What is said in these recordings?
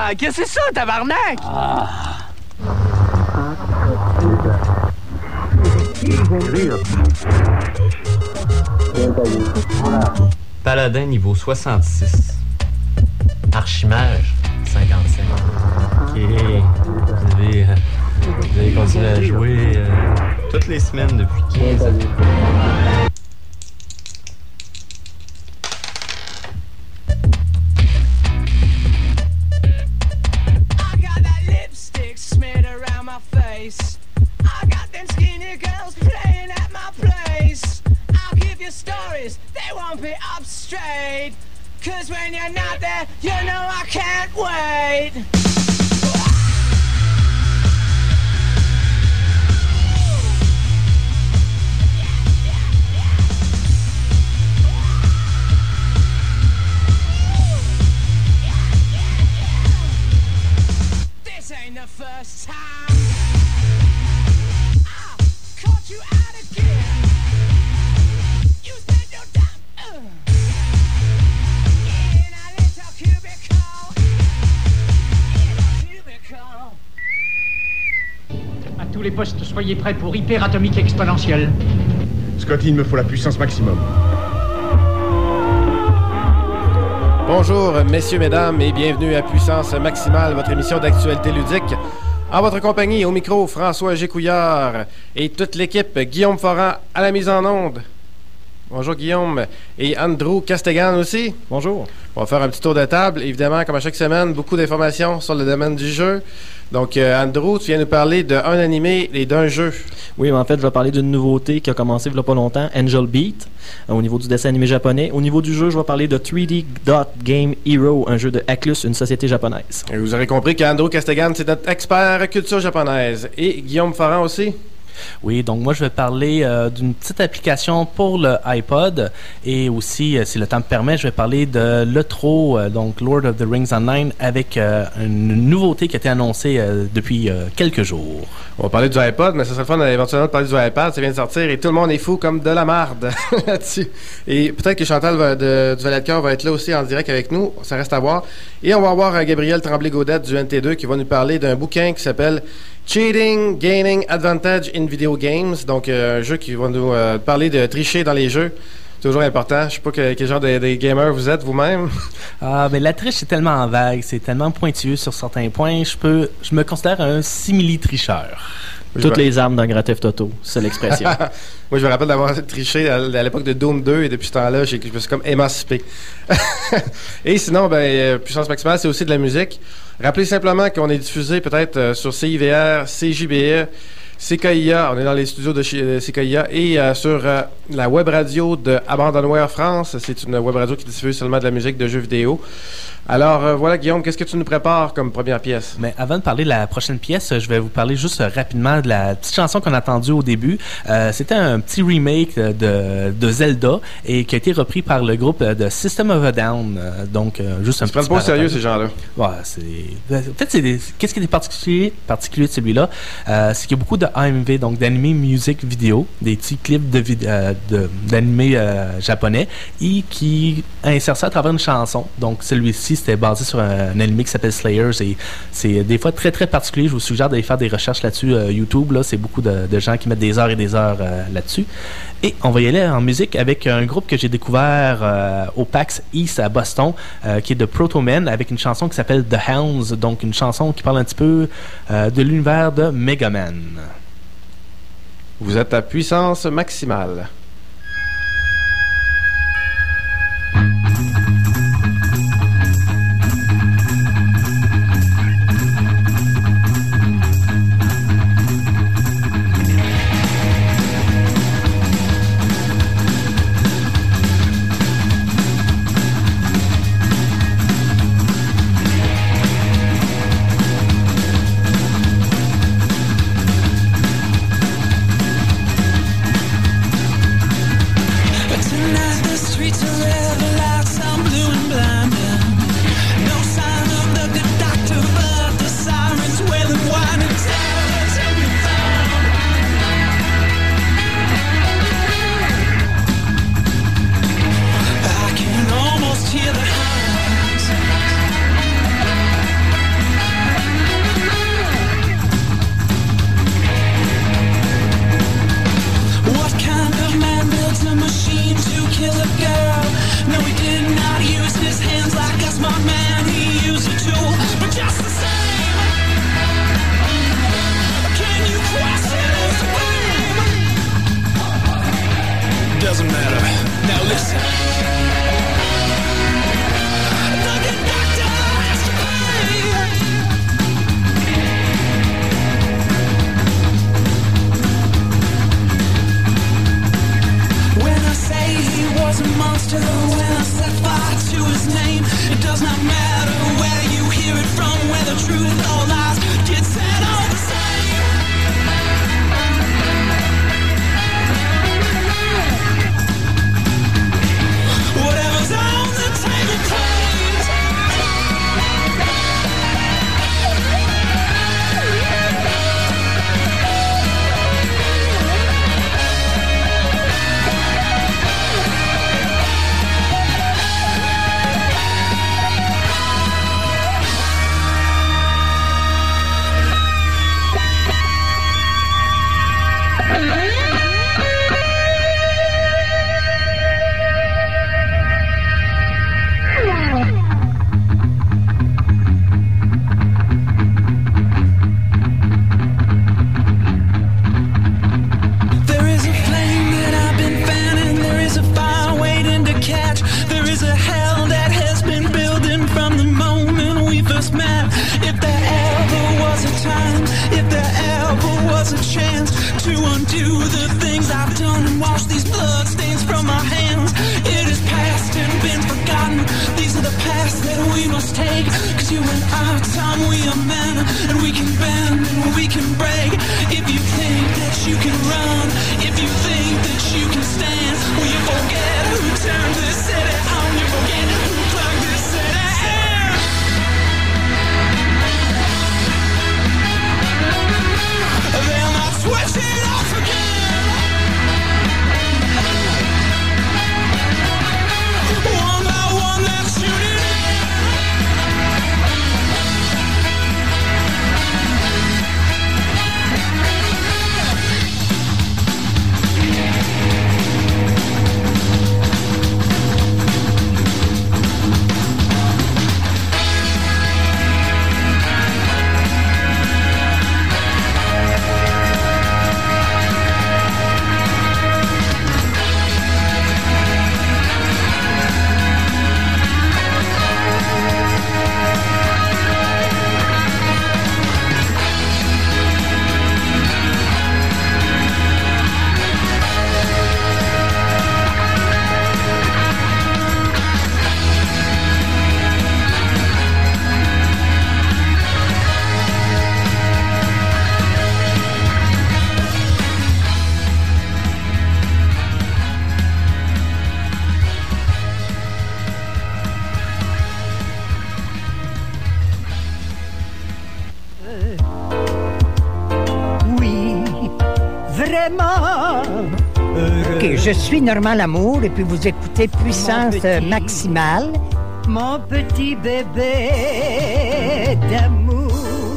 qu'est-ce que c'est ça, tabarnak? Paladin niveau 66. Archimage, 55. Ok. Vous avez continué à jouer toutes les semaines depuis 15 ans. Cause when you're not there, you know I can't wait. This ain't the first time I caught you out again. You spent your time À tous les postes, soyez prêts pour hyperatomique exponentielle. Scotty, il me faut la puissance maximum. Bonjour, messieurs, mesdames, et bienvenue à Puissance Maximale, votre émission d'actualité ludique. En votre compagnie, au micro, François Gécouillard et toute l'équipe, Guillaume Forand à la mise en onde. Bonjour Guillaume. Et Andrew Castegan aussi. Bonjour. On va faire un petit tour de table. Évidemment, comme à chaque semaine, beaucoup d'informations sur le domaine du jeu. Donc, Andrew, tu viens nous parler d'un animé et d'un jeu. Oui, mais en fait, je vais parler d'une nouveauté qui a commencé il n'y a pas longtemps, Angel Beat, au niveau du dessin animé japonais. Au niveau du jeu, je vais parler de 3D Dot Game Hero, un jeu de Atlus, une société japonaise. Et vous aurez compris qu'Andrew Castegan, c'est notre expert culture japonaise. Et Guillaume Forand aussi. Oui, donc moi je vais parler d'une petite application pour le iPod et aussi, si le temps me permet, je vais parler de l'E3, donc Lord of the Rings Online, avec une nouveauté qui a été annoncée depuis quelques jours. On va parler du iPod, mais ça serait le fun éventuellement de parler du iPad, ça vient de sortir et tout le monde est fou comme de la marde là-dessus. Et peut-être que Chantal du Valet de Cœur va être là aussi en direct avec nous, ça reste à voir. Et on va avoir Gabriel Tremblay-Gaudette du NT2 qui va nous parler d'un bouquin qui s'appelle Cheating, Gaining Advantage in Video Games, donc un jeu qui va nous parler de tricher dans les jeux. Toujours important. Je sais pas quel genre de gamer vous êtes vous-même. Ah, mais la triche, c'est tellement vague, c'est tellement pointueux sur certains points. Je me considère un simili-tricheur. Toutes les armes dans Grand Theft Auto, c'est l'expression. Moi, je me rappelle d'avoir triché à l'époque de Doom 2 et depuis ce temps-là, je me suis comme émancipé. Et sinon, Puissance Maximale, c'est aussi de la musique. Rappelez simplement qu'on est diffusé peut-être sur CIVR, CJBE, CKIA, on est dans les studios de CKIA, et sur la web radio de Abandonware France. C'est une web radio qui diffuse seulement de la musique de jeux vidéo. Alors voilà, Guillaume, qu'est-ce que tu nous prépares comme première pièce? Mais avant de parler de la prochaine pièce, je vais vous parler juste rapidement de la petite chanson qu'on a entendue au début. C'était un petit remake de Zelda et qui a été repris par le groupe de System of a Down. Donc, juste un petit peu. Ils prennent pas au sérieux, ces gens-là. Ouais, en fait, qu'est-ce qui est particulier de celui-là? C'est qu'il y a beaucoup de AMV, donc d'animé musique vidéo, des petits clips d'animé japonais, et qui insèrent ça à travers une chanson. Donc, celui-ci, c'était basé sur un animé qui s'appelle Slayers et c'est des fois très très particulier. Je vous suggère d'aller faire des recherches là-dessus. YouTube, là, c'est beaucoup de gens qui mettent des heures et des heures là-dessus. Et on va y aller en musique avec un groupe que j'ai découvert au PAX East à Boston, qui est de Protomen, avec une chanson qui s'appelle The Hounds, donc une chanson qui parle un petit peu de l'univers de Megaman. Vous êtes à Puissance Maximale. has a chance to undo the things I've done and wash these bloodstains from my hands. It is past and been forgotten. These are the paths that we must take. Cause you and I, Tom, we are men, and we can bend and we can break. If you think that you can run, if you think that you can stand, will you forget who turned this city on? You forget who plugged this city in. They'll not switch it off again. One by one they'll shoot it in. Ok, je suis Normand Lamour et puis vous écoutez Puissance Maximale. Mon petit bébé d'amour.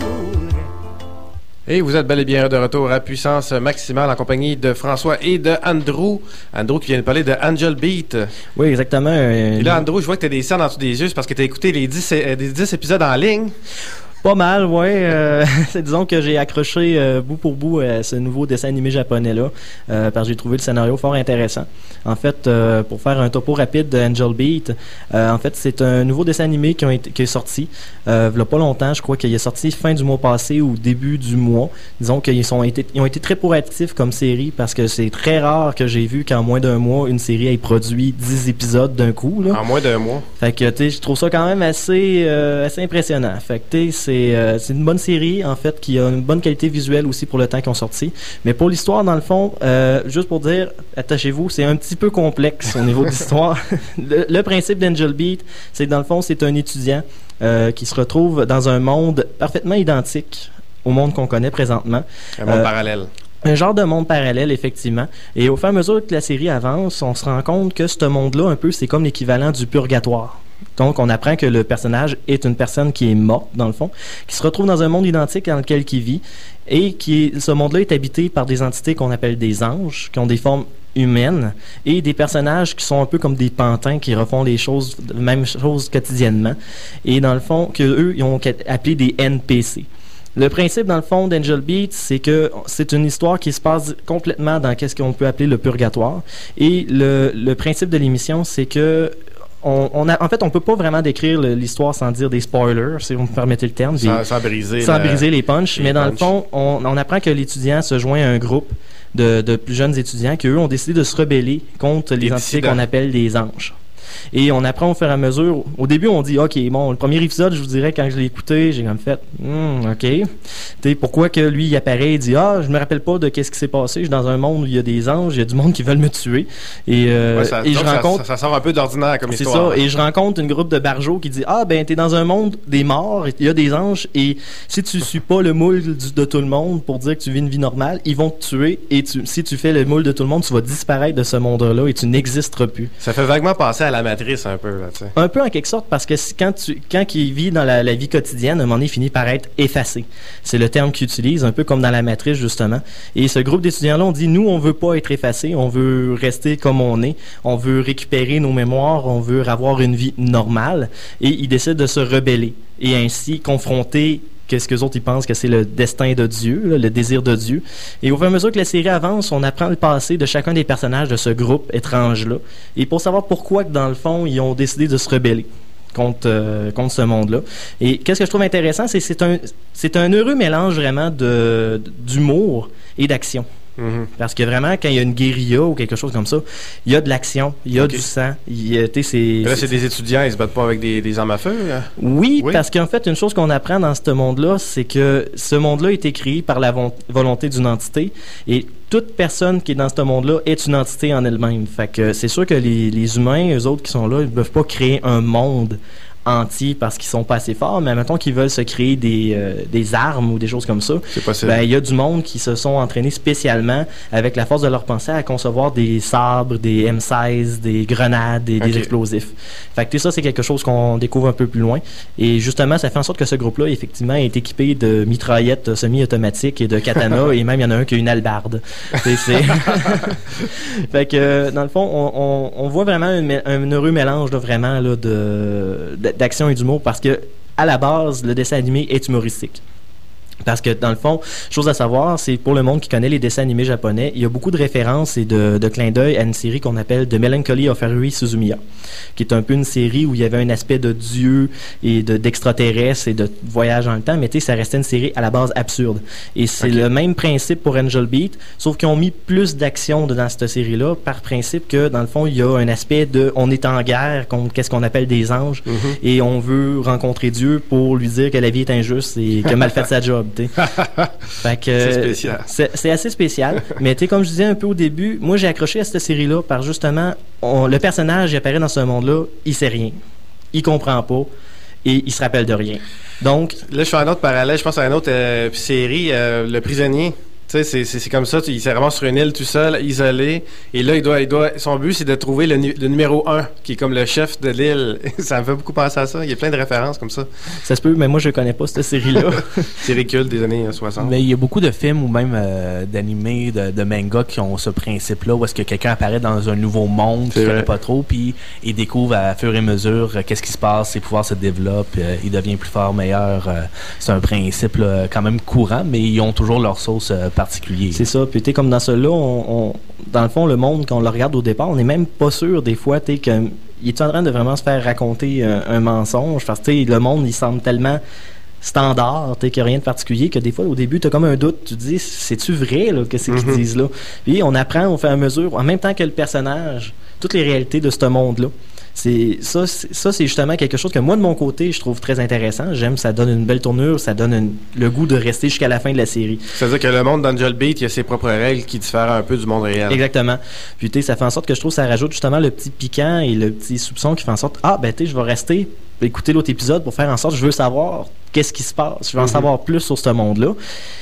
Et vous êtes bel et bien de retour à Puissance Maximale en compagnie de François et de Andrew. Andrew qui vient de parler de Angel Beat. Oui, exactement. Et là, Andrew, je vois que tu as des cernes en dessous des yeux, c'est parce que tu as écouté les 10 épisodes en ligne. Pas mal, ouais. Disons que j'ai accroché bout pour bout à ce nouveau dessin animé japonais-là, parce que j'ai trouvé le scénario fort intéressant. En fait, pour faire un topo rapide de Angel Beat, en fait, c'est un nouveau dessin animé qui est sorti il y a pas longtemps. Je crois qu'il est sorti fin du mois passé ou début du mois. Disons qu'ils ont été très proactifs comme série, parce que c'est très rare que j'ai vu qu'en moins d'un mois, une série ait produit 10 épisodes d'un coup, là. En moins d'un mois. Fait que, tu sais, je trouve ça quand même assez impressionnant. Fait que, tu sais, c'est une bonne série, en fait, qui a une bonne qualité visuelle aussi pour le temps qu'ils ont sorti. Mais pour l'histoire, dans le fond, juste pour dire, attachez-vous, c'est un petit peu complexe au niveau de l'histoire. Le principe d'Angel Beat, c'est que dans le fond, c'est un étudiant qui se retrouve dans un monde parfaitement identique au monde qu'on connaît présentement. Un monde parallèle. Un genre de monde parallèle, effectivement. Et au fur et à mesure que la série avance, on se rend compte que ce monde-là, un peu, c'est comme l'équivalent du purgatoire. Donc, on apprend que le personnage est une personne qui est morte, dans le fond, qui se retrouve dans un monde identique dans lequel il vit, et ce monde-là est habité par des entités qu'on appelle des anges, qui ont des formes humaines, et des personnages qui sont un peu comme des pantins, qui refont les mêmes choses quotidiennement, et dans le fond, qu'eux, ils ont appelé des NPC. Le principe, dans le fond, d'Angel Beat, c'est que c'est une histoire qui se passe complètement dans ce qu'on peut appeler le purgatoire, et le principe de l'émission, c'est que en fait, on peut pas vraiment décrire l'histoire sans dire des spoilers, si vous me permettez le terme. Sans briser les punchs. Mais dans le fond, on apprend que l'étudiant se joint à un groupe de plus jeunes étudiants qui, eux, ont décidé de se rebeller contre les entités qu'on appelle des anges. Et on apprend au fur et à mesure. Au début, on dit, OK, bon, le premier épisode, je vous dirais, quand je l'ai écouté, j'ai comme fait, OK. T'sais, pourquoi que lui, il apparaît, il dit, je me rappelle pas de qu'est-ce qui s'est passé. Je suis dans un monde où il y a des anges, il y a du monde qui veulent me tuer. Et je rencontre. Ça sort un peu d'ordinaire comme histoire. C'est ça. Et je rencontre une groupe de barjots qui dit, t'es dans un monde des morts, il y a des anges, et si tu suis pas le moule de tout le monde pour dire que tu vis une vie normale, ils vont te tuer, et si tu fais le moule de tout le monde, tu vas disparaître de ce monde-là et tu n'existeras plus. Ça fait vaguement penser à la Matrice un peu, là, tu sais. Un peu en quelque sorte, parce que quand il vit dans la vie quotidienne, à un moment donné, il finit par être effacé. C'est le terme qu'il utilise, un peu comme dans la Matrice, justement. Et ce groupe d'étudiants-là, on dit, nous, on veut pas être effacés, on veut rester comme on est, on veut récupérer nos mémoires, on veut avoir une vie normale, et ils décident de se rebeller, et ainsi confronter qu'est-ce qu'eux autres ils pensent que c'est le destin de Dieu, là, le désir de Dieu. Et au fur et à mesure que la série avance, on apprend le passé de chacun des personnages de ce groupe étrange-là. Et pour savoir pourquoi, dans le fond, ils ont décidé de se rebeller contre ce monde-là. Et qu'est-ce que je trouve intéressant, c'est un heureux mélange vraiment d'humour et d'action. Mhm. Parce que vraiment, quand il y a une guérilla ou quelque chose comme ça, il y a de l'action, il y a Ok. du sang. C'est Là, c'est des étudiants, ils se battent pas avec des armes à feu. Hein? Oui, Oui. parce qu'en fait, une chose qu'on apprend dans ce monde-là, c'est que ce monde-là a été créé par la volonté d'une entité et toute personne qui est dans ce monde-là est une entité en elle-même. Fait que c'est sûr que les humains, eux autres qui sont là, ils ne peuvent pas créer un monde entier parce qu'ils sont pas assez forts, mais mettons qu'ils veulent se créer des armes ou des choses comme ça. C'est possible. Ben, il y a du monde qui se sont entraînés spécialement avec la force de leur pensée à concevoir des sabres, des M16, des grenades, des Ok. explosifs. Fait que ça, c'est quelque chose qu'on découvre un peu plus loin. Et justement, ça fait en sorte que ce groupe-là, effectivement, est équipé de mitraillettes semi-automatiques et de katanas, et même il y en a un qui a une hallebarde. Fait que, dans le fond, on voit vraiment un heureux mélange, là, vraiment, là, d'action et d'humour, parce que, à la base, le dessin animé est humoristique. Parce que, dans le fond, chose à savoir, c'est pour le monde qui connaît les dessins animés japonais, il y a beaucoup de références et de clins d'œil à une série qu'on appelle The Melancholy of Haruhi Suzumiya, qui est un peu une série où il y avait un aspect de dieu et d'extraterrestre et de voyage dans le temps, mais tu sais, ça restait une série à la base absurde. Et c'est le même principe pour Angel Beat, sauf qu'ils ont mis plus d'action dans cette série-là, par principe que, dans le fond, il y a un aspect de on est en guerre contre qu'est-ce qu'on appelle des anges, et on veut rencontrer Dieu pour lui dire que la vie est injuste et qu'il a mal fait sa job. Fait que, C'est spécial. C'est assez spécial. Mais tu sais, comme je disais un peu au début, moi j'ai accroché à cette série-là par justement, le personnage il apparaît dans ce monde-là, il sait rien, il comprend pas et il se rappelle de rien. Donc, là, je fais un autre parallèle. Je pense à une autre série, Le Prisonnier. Tu sais, c'est comme ça. Il s'est vraiment sur une île tout seul, isolé. Et là, son but, c'est de trouver le numéro 1, qui est comme le chef de l'île. Ça me fait beaucoup penser à ça. Il y a plein de références comme ça. Ça se peut, mais moi, je connais pas cette série-là. Série culte des années 60. Mais il y a beaucoup de films ou même d'animés, de mangas qui ont ce principe-là, où est-ce que quelqu'un apparaît dans un nouveau monde qu'il ne connaît pas trop, puis il découvre à fur et à mesure qu'est-ce qui se passe, ses pouvoirs se développent, il devient plus fort, meilleur. C'est un principe là, quand même courant, mais ils ont toujours leur sauce particulière. C'est ça. Puis tu sais, comme dans celui-là, dans le fond, le monde, quand on le regarde au départ, on n'est même pas sûr des fois, tu sais, qu'il est en train de vraiment se faire raconter un mensonge, parce que tu sais, le monde, il semble tellement standard, qu'il n'y a rien de particulier, que des fois, au début, tu as comme un doute, tu te dis, c'est-tu vrai, là, qu'est-ce qu'ils disent là? Puis on apprend au fur et à mesure, en même temps que le personnage, toutes les réalités de ce monde-là. C'est justement quelque chose que moi, de mon côté, je trouve très intéressant. J'aime, ça donne une belle tournure, ça donne le goût de rester jusqu'à la fin de la série. C'est-à-dire que le monde d'Angel Beat, il y a ses propres règles qui diffèrent un peu du monde réel. Exactement. Puis, tu sais, ça fait en sorte que je trouve que ça rajoute justement le petit piquant et le petit soupçon qui fait en sorte, tu sais, je vais rester écouter l'autre épisode pour faire en sorte, je veux savoir qu'est-ce qui se passe. Je veux en savoir plus sur ce monde-là.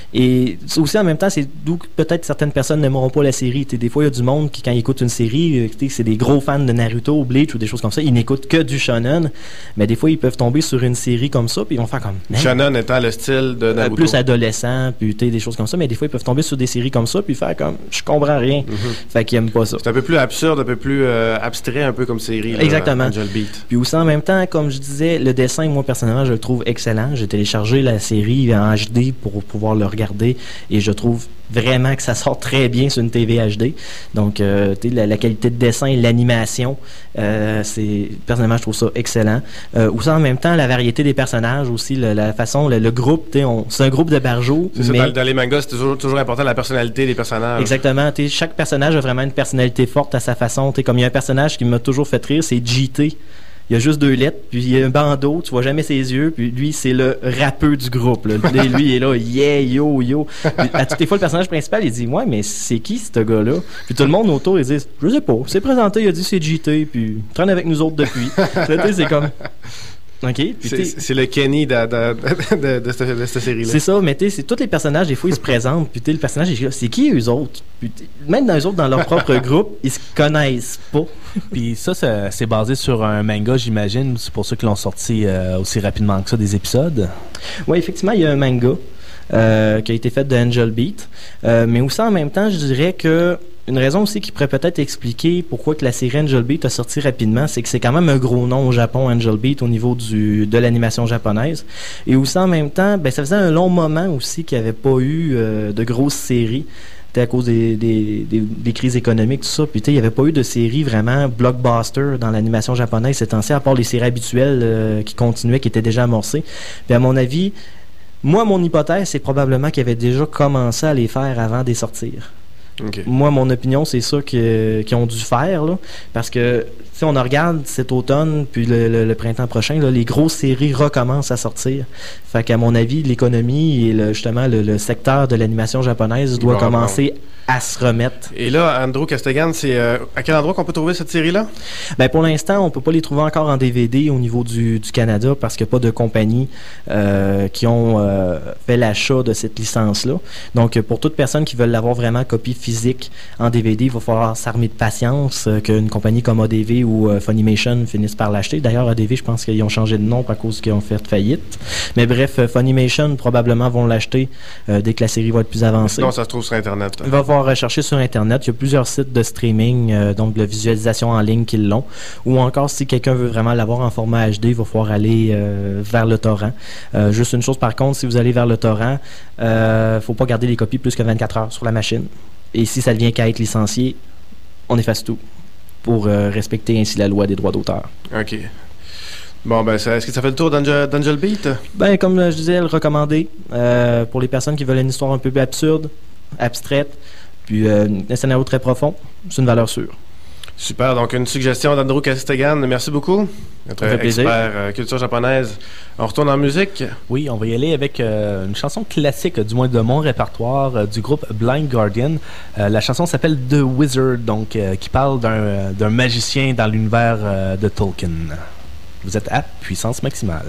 Et aussi, en même temps, c'est d'où peut-être certaines personnes n'aimeront pas la série. Des fois, il y a du monde qui, quand ils écoutent une série, c'est des gros fans de Naruto, Bleach ou des choses comme ça, ils n'écoutent que du shonen. Mais des fois, ils peuvent tomber sur une série comme ça, puis ils vont faire comme... Shonen étant le style de Naruto. Plus adolescent, puis des choses comme ça. Mais des fois, ils peuvent tomber sur des séries comme ça, puis faire comme... Je comprends rien. Fait qu'ils n'aiment pas ça. C'est un peu plus absurde, un peu plus abstrait, un peu comme série. Là, exactement. Angel Beat. Puis aussi, en même temps, comme je disais, le dessin, moi, personnellement, je le trouve excellent. J'ai téléchargé la série en HD pour pouvoir le regarder, et je trouve vraiment que ça sort très bien sur une TV HD. Donc, la qualité de dessin, l'animation, personnellement, je trouve ça excellent. Aussi, en même temps, la variété des personnages aussi, la façon, le groupe, c'est un groupe de barjots. C'est ça, dans les mangas, c'est toujours important la personnalité des personnages. Exactement. Chaque personnage a vraiment une personnalité forte à sa façon. Comme il y a un personnage qui m'a toujours fait rire, c'est GT. Il y a juste 2 lettres, puis il y a un bandeau, tu vois jamais ses yeux, puis lui, c'est le rappeur du groupe. Là. Lui, il est là, yeah, yo, yo. Puis, à toutes les fois, le personnage principal, il dit, ouais, mais c'est qui ce gars-là? Puis tout le monde autour, ils disent, je sais pas, c'est présenté, il a dit c'est JT, puis il traîne avec nous autres depuis. C'est comme... Okay, c'est le Kenny de cette série-là. C'est ça, mais c'est tous les personnages, des fois, ils se présentent, puis le personnage, il dit, c'est qui eux autres? Puis, même dans eux autres, dans leur propre groupe, ils se connaissent pas. Puis ça, c'est basé sur un manga, j'imagine. C'est pour ça qu'ils l'ont sorti aussi rapidement que ça, des épisodes. Oui, effectivement, il y a un manga qui a été fait de Angel Beat. Mais aussi, en même temps, je dirais que une raison aussi qui pourrait peut-être expliquer pourquoi que la série Angel Beat a sorti rapidement, c'est que c'est quand même un gros nom au Japon, Angel Beat, au niveau de l'animation japonaise. Et aussi, en même temps, ça faisait un long moment aussi qu'il n'y avait pas eu de grosses séries. C'était à cause des crises économiques, tout ça. Puis, il n'y avait pas eu de séries vraiment blockbuster dans l'animation japonaise ces temps-ci, à part les séries habituelles qui continuaient, qui étaient déjà amorcées. Puis, à mon avis, Moi, mon hypothèse, c'est probablement qu'ils avaient déjà commencé à les faire avant de les sortir. OK. Moi, mon opinion, c'est ça qu'ils ont dû faire, là, parce que si on regarde cet automne, puis le printemps prochain, là, les grosses séries recommencent à sortir. Fait qu'à mon avis, l'économie et justement le secteur de l'animation japonaise doit commencer à se remettre. Et là, Andrew Castigan, c'est à quel endroit qu'on peut trouver cette série-là? Ben, pour l'instant, on peut pas les trouver encore en DVD au niveau du Canada parce qu'il n'y a pas de compagnie qui ont fait l'achat de cette licence-là. Donc, pour toute personne qui veut l'avoir vraiment copie physique en DVD, il va falloir s'armer de patience qu'une compagnie comme ADV ou Funimation finisse par l'acheter. D'ailleurs, ADV, je pense qu'ils ont changé de nom à cause qu'ils ont fait faillite. Mais bref, Funimation probablement vont l'acheter dès que la série va être plus avancée. Non, ça se trouve sur Internet. Il va falloir rechercher sur Internet. Il y a plusieurs sites de streaming, donc de visualisation en ligne qui l'ont. Ou encore, si quelqu'un veut vraiment l'avoir en format HD, il va falloir aller vers le torrent. Juste une chose par contre, si vous allez vers le torrent, faut pas garder les copies plus que 24 heures sur la machine. Et si ça devient qu'à être licencié, on efface tout pour respecter ainsi la loi des droits d'auteur. OK. Bon, ben, est-ce que ça fait le tour d'Angel Beat? Ben, comme je disais, le recommandé pour les personnes qui veulent une histoire un peu plus absurde, abstraite, puis un scénario très profond, c'est une valeur sûre. Super, donc une suggestion d'Andrew Castigan. Merci beaucoup. Notre expert culture japonaise. On retourne en musique. Oui, on va y aller avec une chanson classique, du moins de mon répertoire, du groupe Blind Guardian. La chanson s'appelle The Wizard, donc qui parle d'un magicien dans l'univers de Tolkien. Vous êtes à Puissance Maximale.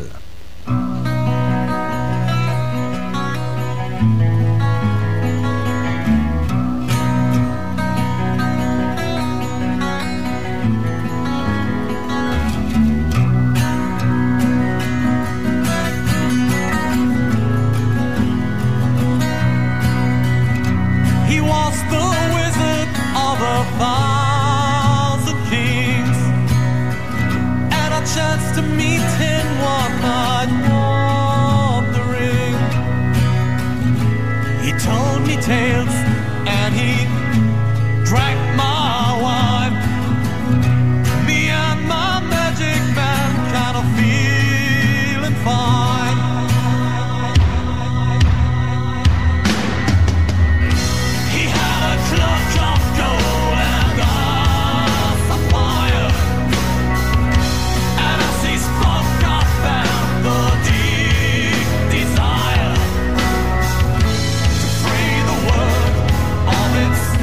To meet him one night of the ring. He told me tales and he drank my wine. Me and my magic man kind of feeling fine. He had a clock of gold and a sapphire. Desire to free the world of its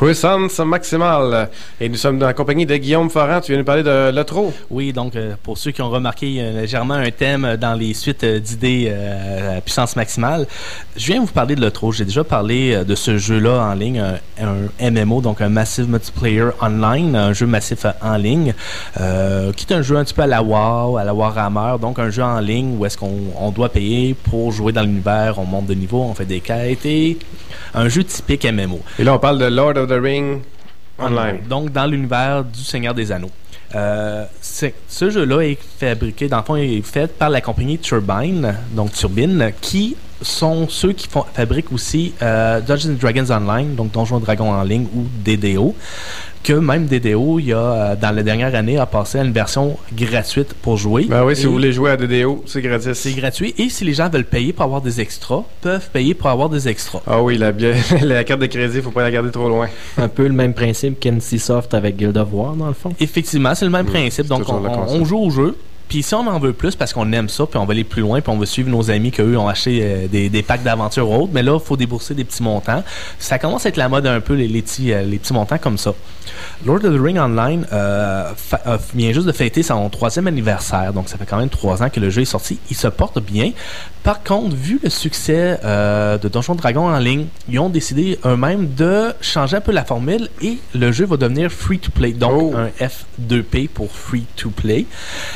Puissance maximale. Et nous sommes en compagnie de Guillaume Forant. Tu viens nous parler de l'Otro. Oui, donc pour ceux qui ont remarqué légèrement un thème dans les suites d'idées puissance maximale, je viens vous parler de l'Otro. J'ai déjà parlé de ce jeu-là en ligne, un MMO, donc un Massive Multiplayer Online, un jeu massif en ligne, qui est un jeu un petit peu à la WoW, à la Warhammer, donc un jeu en ligne où est-ce qu'on doit payer pour jouer dans l'univers, on monte de niveau, on fait des quêtes et un jeu typique MMO. Et là, on parle de Lord of the Rings Online. Donc, dans l'univers du Seigneur des Anneaux. Ce jeu-là est fabriqué, dans le fond, est fait par la compagnie Turbine, qui sont ceux qui fabriquent aussi Dungeons & Dragons Online, donc Donjons & Dragons en ligne ou DDO, que même DDO, il y a, dans la dernière année, a passé à une version gratuite pour jouer. Ben oui, si vous voulez jouer à DDO, c'est gratis. C'est gratuit, et si les gens veulent payer pour avoir des extras, peuvent payer pour avoir des extras. Ah oui, la carte de crédit, il ne faut pas la garder trop loin. Un peu le même principe qu'NCSoft avec Guild of War, dans le fond. Effectivement, c'est le même principe. Donc, on joue au jeu. Puis si on en veut plus parce qu'on aime ça, puis on va aller plus loin, puis on veut suivre nos amis qu'eux ont acheté des packs d'aventure ou autres, mais là, il faut débourser des petits montants. Ça commence à être la mode un peu, les petits montants comme ça. Lord of the Rings Online vient juste de fêter son 3e anniversaire, donc ça fait quand même 3 ans que le jeu est sorti. Il se porte bien. Par contre, vu le succès de Donjons & Dragons en ligne, ils ont décidé eux-mêmes de changer un peu la formule et le jeu va devenir free-to-play, donc un F2P pour free-to-play.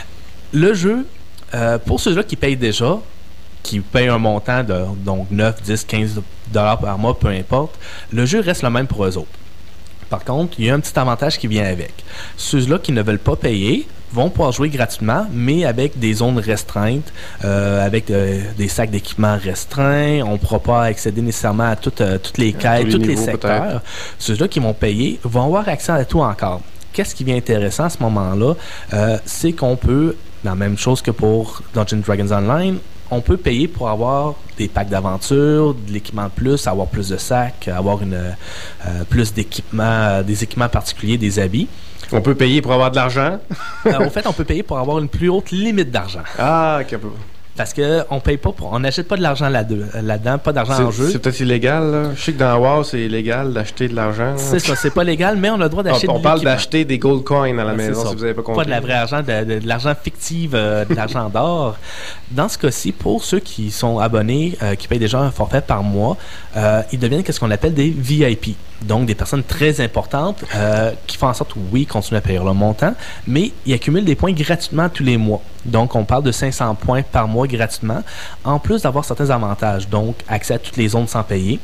Le jeu, pour ceux-là qui payent déjà, qui payent un montant de donc 9, 10, 15 $ par mois, peu importe, le jeu reste le même pour eux autres. Par contre, il y a un petit avantage qui vient avec. Ceux-là qui ne veulent pas payer vont pouvoir jouer gratuitement, mais avec des zones restreintes, avec des sacs d'équipement restreints. On ne pourra pas accéder nécessairement à toutes les quêtes, tous les secteurs. Ceux-là qui vont payer vont avoir accès à tout encore. Qu'est-ce qui vient intéressant à ce moment-là? C'est qu'on peut, la même chose que pour Dungeons & Dragons Online, on peut payer pour avoir des packs d'aventure, de l'équipement de plus, avoir plus de sacs, avoir plus d'équipements, des équipements particuliers, des habits. On peut payer pour avoir de l'argent? En fait, on peut payer pour avoir une plus haute limite d'argent. Ah, ok. Parce qu'on paye pas on n'achète pas de l'argent là-dedans, pas d'argent en jeu. C'est peut-être illégal, là. Je sais que dans WoW, c'est illégal d'acheter de l'argent. C'est ça, c'est pas légal, mais on a le droit d'acheter on parle d'acheter des gold coins à la maison, si vous n'avez pas compris. Pas de la vraie argent, de l'argent fictif, de l'argent d'or. Dans ce cas-ci, pour ceux qui sont abonnés, qui payent déjà un forfait par mois, ils deviennent ce qu'on appelle des VIP. Donc, des personnes très importantes qui font en sorte, oui, continuent à payer leur montant, mais ils accumulent des points gratuitement tous les mois. Donc, on parle de 500 points par mois gratuitement, en plus d'avoir certains avantages. Donc, accès à toutes les zones sans payer.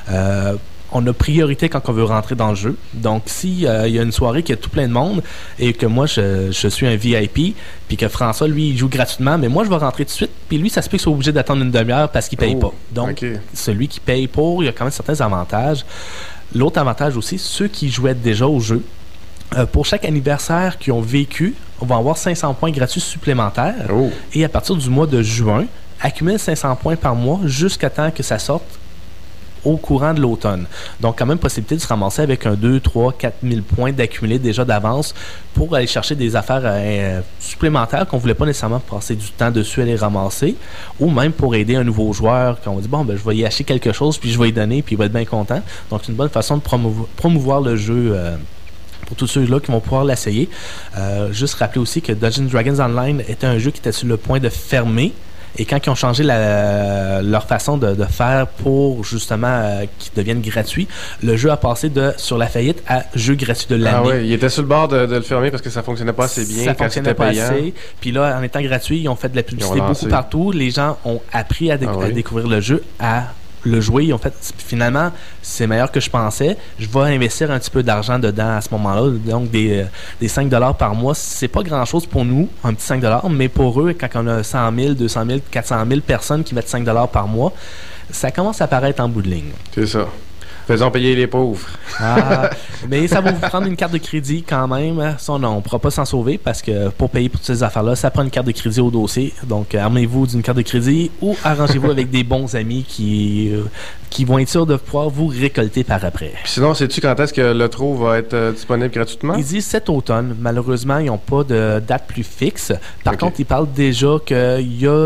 On a priorité quand on veut rentrer dans le jeu. Donc, s'il y a une soirée qui a tout plein de monde et que moi, je suis un VIP, puis que François, lui, il joue gratuitement, mais moi, je vais rentrer tout de suite, puis lui, ça se peut qu'il soit obligé d'attendre une demi-heure parce qu'il paye pas. Donc, celui qui paye pour, il y a quand même certains avantages. L'autre avantage aussi, ceux qui jouaient déjà au jeu, pour chaque anniversaire qu'ils ont vécu, on va avoir 500 points gratuits supplémentaires. Et à partir du mois de juin, accumule 500 points par mois jusqu'à temps que ça sorte au courant de l'automne. Donc, quand même, possibilité de se ramasser avec un 2, 3, 4 000 points d'accumuler déjà d'avance pour aller chercher des affaires supplémentaires qu'on ne voulait pas nécessairement passer du temps dessus à les ramasser, ou même pour aider un nouveau joueur, qu'on dit, bon, ben, je vais y acheter quelque chose, puis je vais y donner, puis il va être bien content. Donc, c'est une bonne façon de promouvoir le jeu pour tous ceux-là qui vont pouvoir l'essayer. Juste rappeler aussi que Dungeons & Dragons Online était un jeu qui était sur le point de fermer. Et quand ils ont changé leur façon de faire pour justement qu'ils deviennent gratuits, le jeu a passé sur la faillite à jeu gratuit de l'année. Ah oui, il était sur le bord de le fermer parce que ça fonctionnait pas assez bien quand c'était payant. Assez. Puis là, en étant gratuit, ils ont fait de la publicité beaucoup partout. Les gens ont appris à découvrir le jeu, à le jouer. Ils ont fait, finalement, c'est meilleur que je pensais. Je vais investir un petit peu d'argent dedans à ce moment-là. Donc, des 5 $ par mois, c'est pas grand-chose pour nous, un petit 5 $, mais pour eux, quand on a 100 000, 200 000, 400 000 personnes qui mettent 5 $ par mois, ça commence à paraître en bout de ligne. C'est ça. Faisons payer les pauvres. Mais ça va vous prendre une carte de crédit quand même. Ça, on ne pourra pas s'en sauver parce que pour payer pour toutes ces affaires-là, ça prend une carte de crédit au dossier. Donc, armez-vous d'une carte de crédit ou arrangez-vous avec des bons amis qui vont être sûrs de pouvoir vous récolter par après. Puis sinon, sais-tu quand est-ce que l'Otro va être disponible gratuitement? Ils disent cet automne. Malheureusement, ils n'ont pas de date plus fixe. Par contre, ils parlent déjà qu'il y a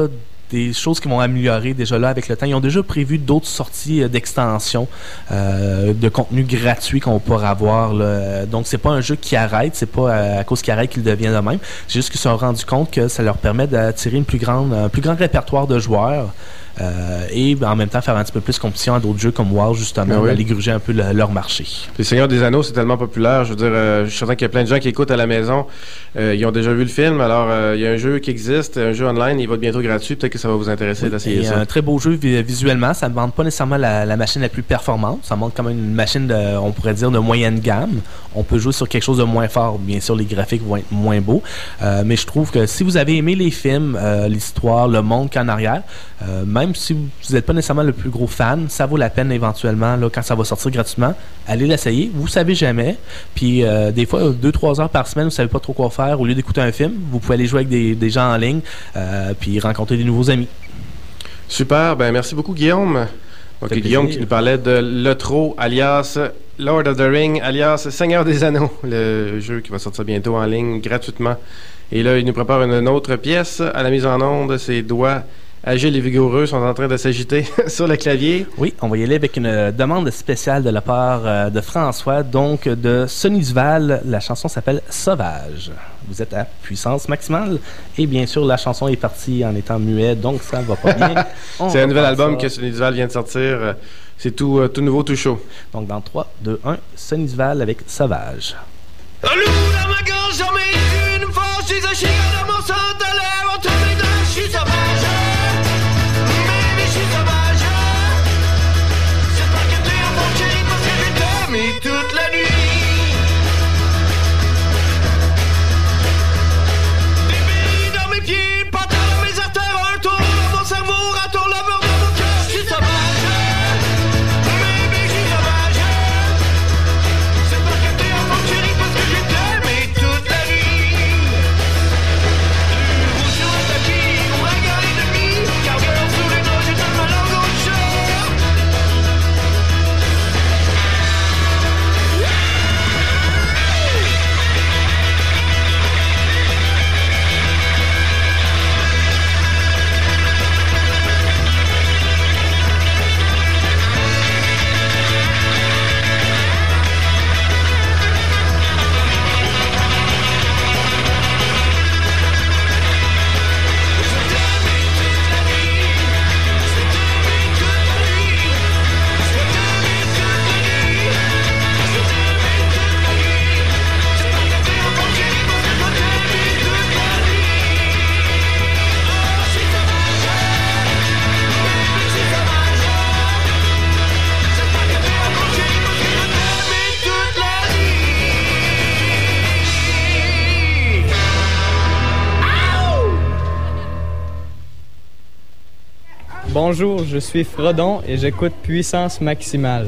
des choses qui vont améliorer déjà là avec le temps. Ils ont déjà prévu d'autres sorties d'extensions, de contenu gratuit qu'on pourra avoir, là. Donc, c'est pas un jeu qui arrête, c'est pas à cause qu'il arrête qu'il devient de même. C'est juste qu'ils se sont rendus compte que ça leur permet d'attirer un plus grand répertoire de joueurs. Et en même temps faire un petit peu plus compétition à d'autres jeux comme WoW, justement, d'aller gruger un peu leur marché. Les Seigneurs des Anneaux, c'est tellement populaire. Je veux dire, je suis certain qu'il y a plein de gens qui écoutent à la maison. Ils ont déjà vu le film. Alors, il y a un jeu qui existe, un jeu online, il va être bientôt gratuit. Peut-être que ça va vous intéresser d'essayer ça. Un très beau jeu visuellement. Ça ne demande pas nécessairement la machine la plus performante. Ça demande quand même une machine, on pourrait dire, de moyenne gamme. On peut jouer sur quelque chose de moins fort. Bien sûr, les graphiques vont être moins beaux. Mais je trouve que si vous avez aimé les films, l'histoire, le monde qu'il y a en arrière, même si vous n'êtes pas nécessairement le plus gros fan, ça vaut la peine éventuellement, là, quand ça va sortir gratuitement, allez l'essayer. Vous ne savez jamais. Puis des fois, 2-3 heures par semaine, vous ne savez pas trop quoi faire. Au lieu d'écouter un film, vous pouvez aller jouer avec des gens en ligne puis rencontrer des nouveaux amis. Super. Ben merci beaucoup, Guillaume. Donc, Guillaume qui nous parlait de Lotro, alias Lord of the Ring, alias Seigneur des Anneaux, le jeu qui va sortir bientôt en ligne gratuitement. Et là, il nous prépare une autre pièce à la mise en onde. Ses doigts agiles et vigoureux sont en train de s'agiter sur le clavier. Oui, on va y aller avec une demande spéciale de la part de François, donc de Sonny-Val. La chanson s'appelle Sauvage. Vous êtes à puissance maximale. Et bien sûr, la chanson est partie en étant muet, donc ça va pas bien. C'est un nouvel album que Sonny-Val vient de sortir. C'est tout nouveau, tout chaud. Donc dans 3, 2, 1, Sonny-Val avec Sauvage. Un loup dans ma gorge, j'en mets une force, je suis un chien dans mon sang de l'air, on tourne les deux, je suis sauvage. Baby, je suis sauvage. C'est pas que t'es un bon chéri parce que je t'aime et toute la nuit. Des billes dans mes pieds, patin dans mes artères, un tour dans mon cerveau, raton laveur dans mon cœur, je suis sauvage. Baby, je suis sauvage. C'est pas que t'es un bon chéri parce que je t'aime et toute la nuit. Rouge sur le tapis, on regarde les demi, car cœur sous les doigts, j'ai donne ma langue au chat. Bonjour, je suis Frodon et j'écoute Puissance Maximale.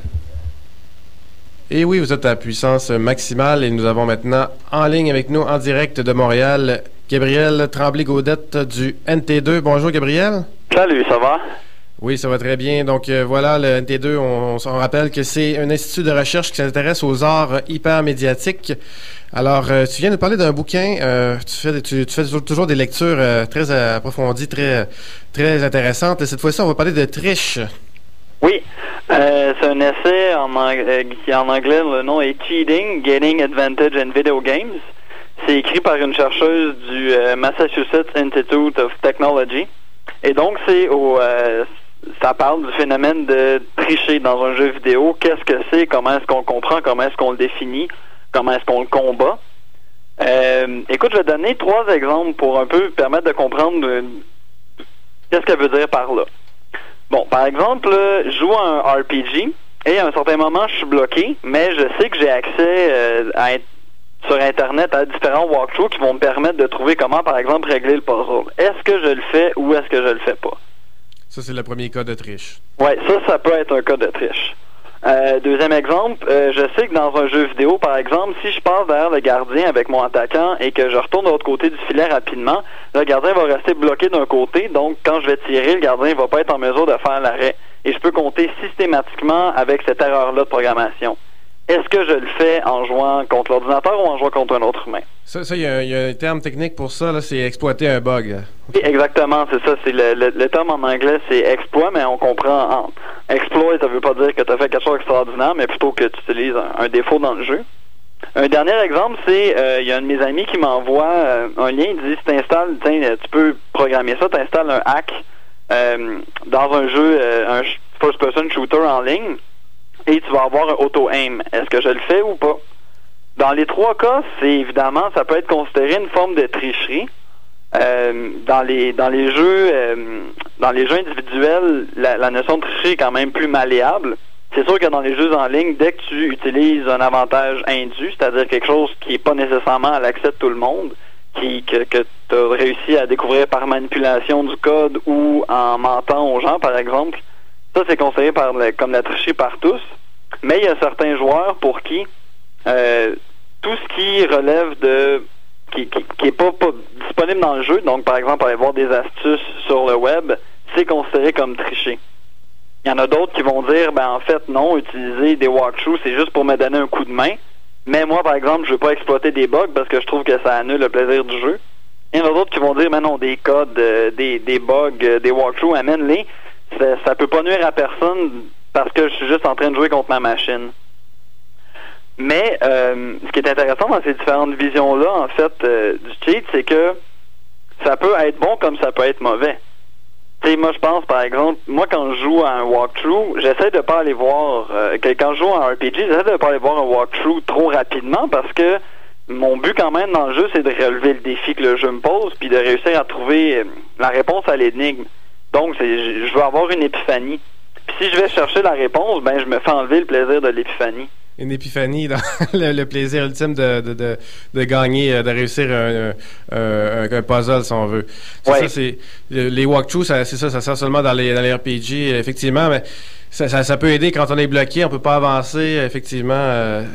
Et oui, vous êtes à Puissance Maximale et nous avons maintenant en ligne avec nous, en direct de Montréal, Gabriel Tremblay-Gaudette du NT2. Bonjour Gabriel. Salut, ça va? Oui, ça va très bien. Donc voilà, le NT2, on rappelle que c'est un institut de recherche qui s'intéresse aux arts hyper médiatiques. Alors, tu viens nous parler d'un bouquin. Tu fais toujours des lectures très approfondies, très intéressantes. Et cette fois-ci, on va parler de triche. Oui, c'est un essai qui en anglais, le nom est Cheating, Getting Advantage in Video Games. C'est écrit par une chercheuse du Massachusetts Institute of Technology. Et donc, ça parle du phénomène de tricher dans un jeu vidéo. Qu'est-ce que c'est? Comment est-ce qu'on le comprend? Comment est-ce qu'on le définit? Comment est-ce qu'on le combat? Écoute, je vais donner 3 exemples pour un peu permettre de comprendre qu'est-ce qu'elle veut dire par là. Bon, par exemple, je joue à un RPG et à un certain moment, je suis bloqué, mais je sais que j'ai accès sur Internet à différents walkthroughs qui vont me permettre de trouver comment, par exemple, régler le puzzle. Est-ce que je le fais ou est-ce que je le fais pas? Ça, c'est le premier cas de triche. Oui, ça peut être un cas de triche. Deuxième exemple, je sais que dans un jeu vidéo, par exemple, si je passe derrière le gardien avec mon attaquant et que je retourne de l'autre côté du filet rapidement, le gardien va rester bloqué d'un côté, donc quand je vais tirer, le gardien ne va pas être en mesure de faire l'arrêt. Et je peux compter systématiquement avec cette erreur-là de programmation. est-ce que je le fais en jouant contre l'ordinateur ou en jouant contre un autre humain? Ça, il y a un terme technique pour ça, là, c'est exploiter un bug. Oui, exactement, c'est ça. C'est le terme en anglais, c'est exploit, mais on comprend. Exploit, ça veut pas dire que tu as fait quelque chose d'extraordinaire, mais plutôt que tu utilises un défaut dans le jeu. Un dernier exemple, c'est il y a un de mes amis qui m'envoie un lien, il dit si t'installes, tu peux programmer ça, t'installes un hack dans un jeu, un first-person shooter en ligne, et tu vas avoir un auto-aim. Est-ce que je le fais ou pas? Dans les trois cas, c'est évidemment, ça peut être considéré une forme de tricherie. Dans les jeux individuels, la notion de tricherie est quand même plus malléable. C'est sûr que dans les jeux en ligne, dès que tu utilises un avantage indu, c'est-à-dire quelque chose qui n'est pas nécessairement à l'accès de tout le monde, que tu as réussi à découvrir par manipulation du code ou en mentant aux gens, par exemple, ça c'est considéré comme la tricherie par tous. Mais il y a certains joueurs pour qui tout ce qui relève de qui est pas disponible dans le jeu, donc par exemple aller voir des astuces sur le web, c'est considéré comme tricher. Il y en a d'autres qui vont dire, en fait non, utiliser des walkthroughs c'est juste pour me donner un coup de main, mais moi par exemple je veux pas exploiter des bugs parce que je trouve que ça annule le plaisir du jeu. Il y en a d'autres qui vont dire, non, des codes, des bugs, des walkthroughs, amène-les, ça peut pas nuire à personne parce que je suis juste en train de jouer contre ma machine. Mais ce qui est intéressant dans ces différentes visions-là, en fait, du cheat, c'est que ça peut être bon comme ça peut être mauvais. Tu sais, moi, je pense, par exemple, moi, quand je joue à un walkthrough, j'essaie de pas aller voir... quand je joue à un RPG, j'essaie de pas aller voir un walkthrough trop rapidement parce que mon but, quand même, dans le jeu, c'est de relever le défi que le jeu me pose puis de réussir à trouver la réponse à l'énigme. Donc, je veux avoir une épiphanie. Puis si je vais chercher la réponse, je me fais enlever le plaisir de l'épiphanie. Une épiphanie dans le plaisir ultime de gagner, de réussir un puzzle, si on veut. Ça, c'est les walkthroughs, c'est ça sert seulement dans les RPG, effectivement, mais ça peut aider quand on est bloqué, on peut pas avancer, effectivement.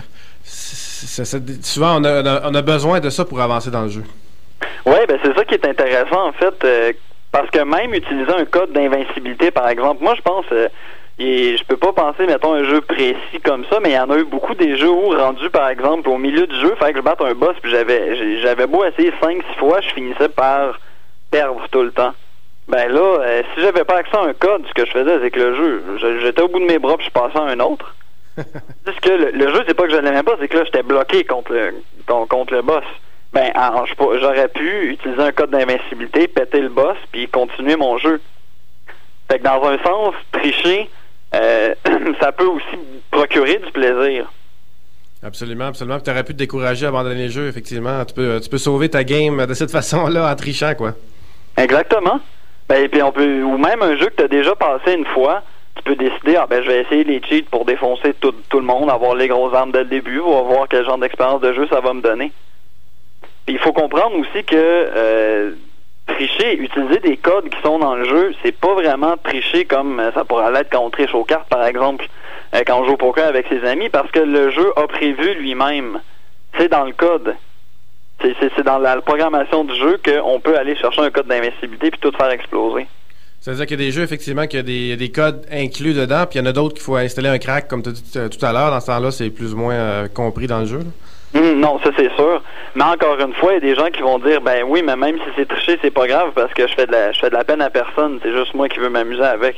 Souvent, on a besoin de ça pour avancer dans le jeu. Oui, c'est ça qui est intéressant, en fait, parce que même utiliser un code d'invincibilité, par exemple, moi, je pense... Et je peux pas penser, mettons, un jeu précis comme ça, mais il y en a eu beaucoup des jeux où, rendu par exemple au milieu du jeu, fallait que je batte un boss, puis j'avais beau essayer 5-6 fois, je finissais par perdre tout le temps. Si j'avais pas accès à un code, ce que je faisais, c'est que le jeu, j'étais au bout de mes bras, puis je passais à un autre. Parce que le jeu, c'est pas que je l'aimais pas, c'est que là, j'étais bloqué contre le boss. J'aurais pu utiliser un code d'invincibilité, péter le boss, puis continuer mon jeu. Fait que dans un sens, tricher, ça peut aussi procurer du plaisir. Absolument, absolument. Tu aurais pu te décourager à abandonner le jeu, effectivement. Tu peux sauver ta game de cette façon-là en trichant, quoi. Exactement. Et puis ou même un jeu que tu as déjà passé une fois, tu peux décider, je vais essayer les cheats pour défoncer tout le monde, avoir les grosses armes dès le début, on va voir quel genre d'expérience de jeu ça va me donner. Puis il faut comprendre aussi que tricher, utiliser des codes qui sont dans le jeu, c'est pas vraiment tricher comme ça pourrait l'être quand on triche aux cartes, par exemple, quand on joue au poker avec ses amis, parce que le jeu a prévu lui-même. C'est dans le code. C'est dans la programmation du jeu qu'on peut aller chercher un code d'invincibilité puis tout faire exploser. C'est-à-dire qu'il y a des jeux, effectivement, qu'il y a des codes inclus dedans, puis il y en a d'autres qu'il faut installer un crack, comme tu as dit tout à l'heure. Dans ce temps-là, c'est plus ou moins compris dans le jeu, là. Non, ça c'est sûr. Mais encore une fois, il y a des gens qui vont dire, oui, mais même si c'est triché, c'est pas grave parce que je fais de la peine à personne. C'est juste moi qui veux m'amuser avec.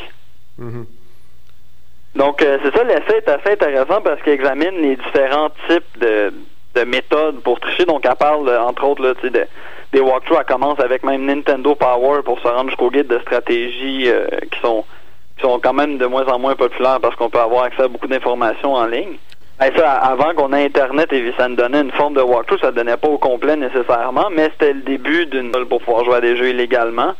Donc, c'est ça, l'essai est assez intéressant parce qu'il examine les différents types de méthodes pour tricher. Donc, elle parle, entre autres, là, des walkthroughs. Elle commence avec même Nintendo Power pour se rendre jusqu'au guide de stratégie qui sont quand même de moins en moins populaires parce qu'on peut avoir accès à beaucoup d'informations en ligne. Ça, avant qu'on ait Internet, et ça nous donnait une forme de walkthrough, ça ne donnait pas au complet nécessairement, mais c'était le début d'une pour pouvoir jouer à des jeux illégalement,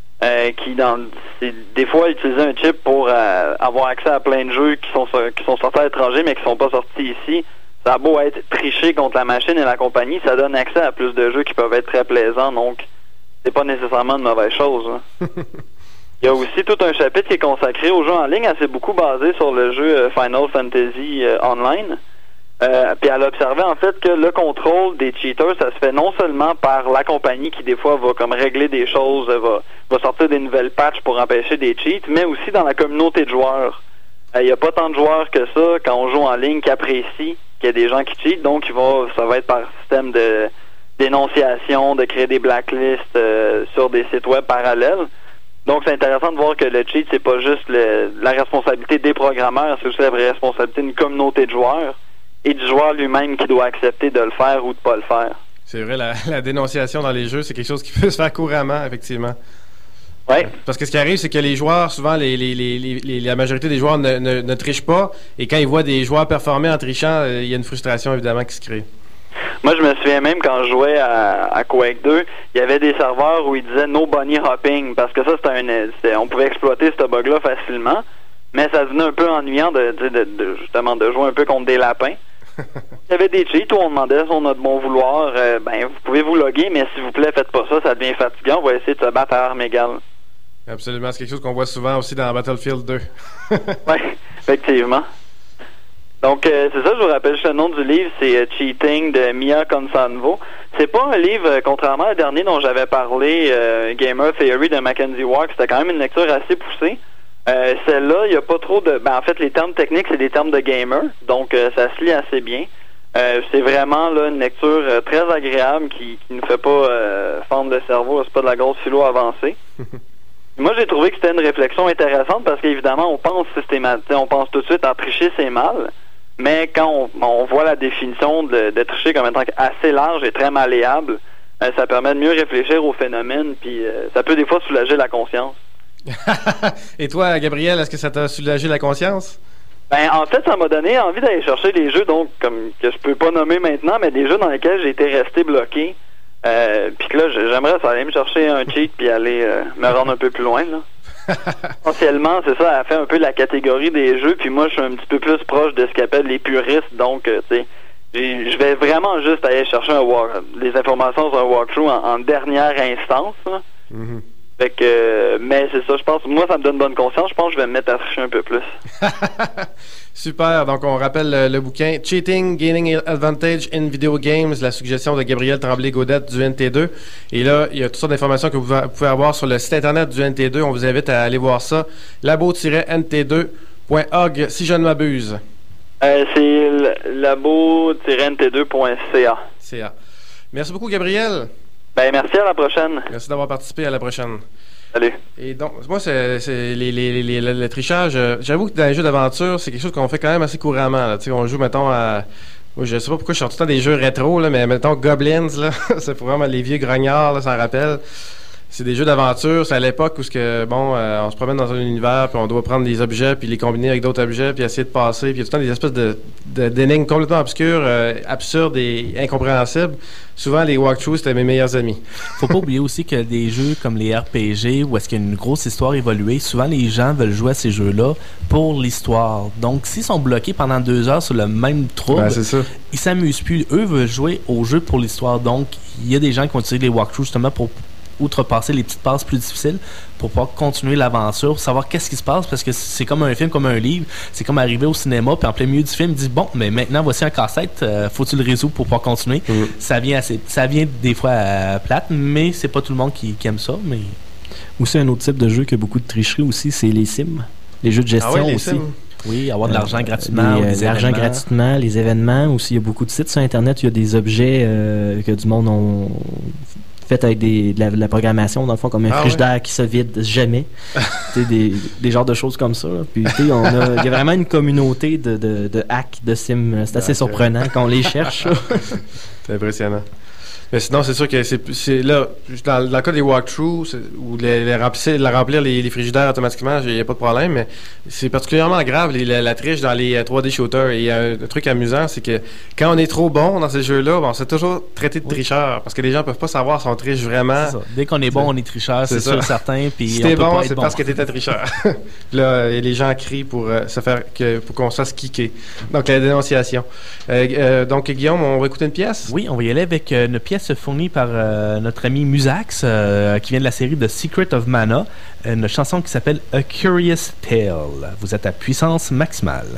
des fois utiliser un chip pour avoir accès à plein de jeux qui sont sortis à l'étranger, mais qui sont pas sortis ici. Ça a beau être triché contre la machine et la compagnie, ça donne accès à plus de jeux qui peuvent être très plaisants, donc c'est pas nécessairement une mauvaise chose. Hein. Il y a aussi tout un chapitre qui est consacré aux jeux en ligne, assez beaucoup basé sur le jeu Final Fantasy Online. Puis elle a observé en fait que le contrôle des cheaters, ça se fait non seulement par la compagnie qui des fois va comme régler des choses, va sortir des nouvelles patchs pour empêcher des cheats, mais aussi dans la communauté de joueurs. Il n'y a pas tant de joueurs que ça, quand on joue en ligne, qui apprécient qu'il y a des gens qui cheatent. Donc, ça va être par système de dénonciation, de créer des blacklists sur des sites web parallèles. Donc, c'est intéressant de voir que le cheat, c'est pas juste la responsabilité des programmeurs, c'est aussi la responsabilité d'une communauté de joueurs et du joueur lui-même qui doit accepter de le faire ou de pas le faire. C'est vrai, la dénonciation dans les jeux, c'est quelque chose qui peut se faire couramment, effectivement. Oui. Parce que ce qui arrive, c'est que les joueurs, souvent, la majorité des joueurs ne trichent pas, et quand ils voient des joueurs performer en trichant, il y a une frustration, évidemment, qui se crée. Moi, je me souviens même quand je jouais à Quake 2, il y avait des serveurs où ils disaient « no bunny hopping », parce que ça, on pouvait exploiter ce bug-là facilement, mais ça devenait un peu ennuyant justement de jouer un peu contre des lapins. Il y avait des cheats où on demandait si on a de bon vouloir, vous pouvez vous loguer, mais s'il vous plaît, faites pas ça, ça devient fatigant, on va essayer de se battre à armes égales. Absolument, c'est quelque chose qu'on voit souvent aussi dans Battlefield 2. Oui, effectivement. Donc, c'est ça, je vous rappelle juste le nom du livre, c'est Cheating de Mia Consanvo. C'est pas un livre, contrairement au dernier dont j'avais parlé, Gamer Theory de Mackenzie Ward, c'était quand même une lecture assez poussée. Celle-là, il n'y a pas trop de... en fait, les termes techniques, c'est des termes de gamer, donc ça se lit assez bien. C'est vraiment là une lecture très agréable qui ne fait pas fendre le cerveau, c'est pas de la grosse philo avancée. Moi, j'ai trouvé que c'était une réflexion intéressante parce qu'évidemment, on pense systématiquement, on pense tout de suite à tricher, c'est mal. Mais quand on voit la définition de tricher comme étant assez large et très malléable, ça permet de mieux réfléchir au phénomène, puis ça peut des fois soulager la conscience. Et toi, Gabriel, est-ce que ça t'a soulagé la conscience? En fait, ça m'a donné envie d'aller chercher des jeux, donc comme que je peux pas nommer maintenant, mais des jeux dans lesquels j'ai été resté bloqué. Puis que là, j'aimerais ça aller me chercher un cheat puis aller me rendre un peu plus loin, là. Essentiellement, c'est ça, elle fait un peu la catégorie des jeux, puis moi, je suis un petit peu plus proche de ce qu'ils appellent les puristes, donc, tu sais, je vais vraiment juste aller chercher les informations sur un walkthrough en dernière instance, là. Mm-hmm. Fait que, mais c'est ça, je pense, moi, ça me donne bonne conscience, je pense que je vais me mettre à tricher un peu plus. Super, donc on rappelle le bouquin Cheating, Gaining Advantage in Video Games, la suggestion de Gabriel Tremblay-Gaudette du NT2. Et là, il y a toutes sortes d'informations que vous pouvez avoir sur le site internet du NT2. On vous invite à aller voir ça. labo-nt2.org, si je ne m'abuse. C'est labo-nt2.ca. CA. Merci beaucoup, Gabriel. Merci, à la prochaine. Merci d'avoir participé, à la prochaine. Salut. Et donc, moi, c'est le trichage. J'avoue que dans les jeux d'aventure, c'est quelque chose qu'on fait quand même assez couramment. Là. On joue, mettons, à... Moi, je sais pas pourquoi je sors tout le temps des jeux rétro, là, mais mettons Goblins, là, c'est vraiment les vieux grognards, là, ça en rappelle. C'est des jeux d'aventure, c'est à l'époque où on se promène dans un univers, puis on doit prendre des objets, puis les combiner avec d'autres objets, puis essayer de passer, puis il y a tout le temps des espèces d'énigmes complètement obscures, absurdes et incompréhensibles. Souvent, les walkthroughs, c'était mes meilleurs amis. Faut pas oublier aussi que des jeux comme les RPG, où est-ce qu'il y a une grosse histoire évoluée, souvent les gens veulent jouer à ces jeux-là pour l'histoire. Donc, s'ils sont bloqués pendant 2 heures sur le même trouble, ils s'amusent plus. Eux veulent jouer au jeu pour l'histoire. Donc, il y a des gens qui vont utiliser les walkthroughs justement pour outrepasser les petites passes plus difficiles pour pouvoir continuer l'aventure, pour savoir qu'est-ce qui se passe, parce que c'est comme un film, comme un livre, c'est comme arriver au cinéma, puis en plein milieu du film, il dit bon, mais maintenant voici un casse-tête, faut-tu le résoudre pour pouvoir continuer. Ça vient des fois plate, mais c'est pas tout le monde qui aime ça. Mais aussi un autre type de jeu qui a beaucoup de tricherie aussi, c'est les sims, les jeux de gestion aussi. Sims. Oui, avoir de l'argent gratuitement. L'argent gratuitement, les événements aussi. Il y a beaucoup de sites sur Internet, il y a des objets que du monde ont fait avec de la programmation, dans le fond, comme un frigidaire qui se vide jamais. des genres de choses comme ça. Là. Puis, il y a vraiment une communauté de hacks, de sims. C'est assez surprenant quand on les cherche. C'est impressionnant. Mais sinon, c'est sûr que c'est là, dans le cas des walkthroughs, ou remplir les frigidaires automatiquement, il n'y a pas de problème, mais c'est particulièrement grave la triche dans les 3D shooters. Et un truc amusant, c'est que quand on est trop bon dans ces jeux-là, on s'est toujours traité de tricheur, parce que les gens ne peuvent pas savoir si on triche vraiment. Dès qu'on est bon, on est tricheur, c'est sûr, certain. Puis si t'es bon, c'est parce que t'étais tricheur. Là, les gens crient pour pour qu'on se fasse kicker. Donc, la dénonciation. Donc, Guillaume, on va écouter une pièce? Oui, on va y aller avec une pièce fournie par notre ami Musax, qui vient de la série The Secret of Mana, une chanson qui s'appelle A Curious Tale. Vous êtes à puissance maximale.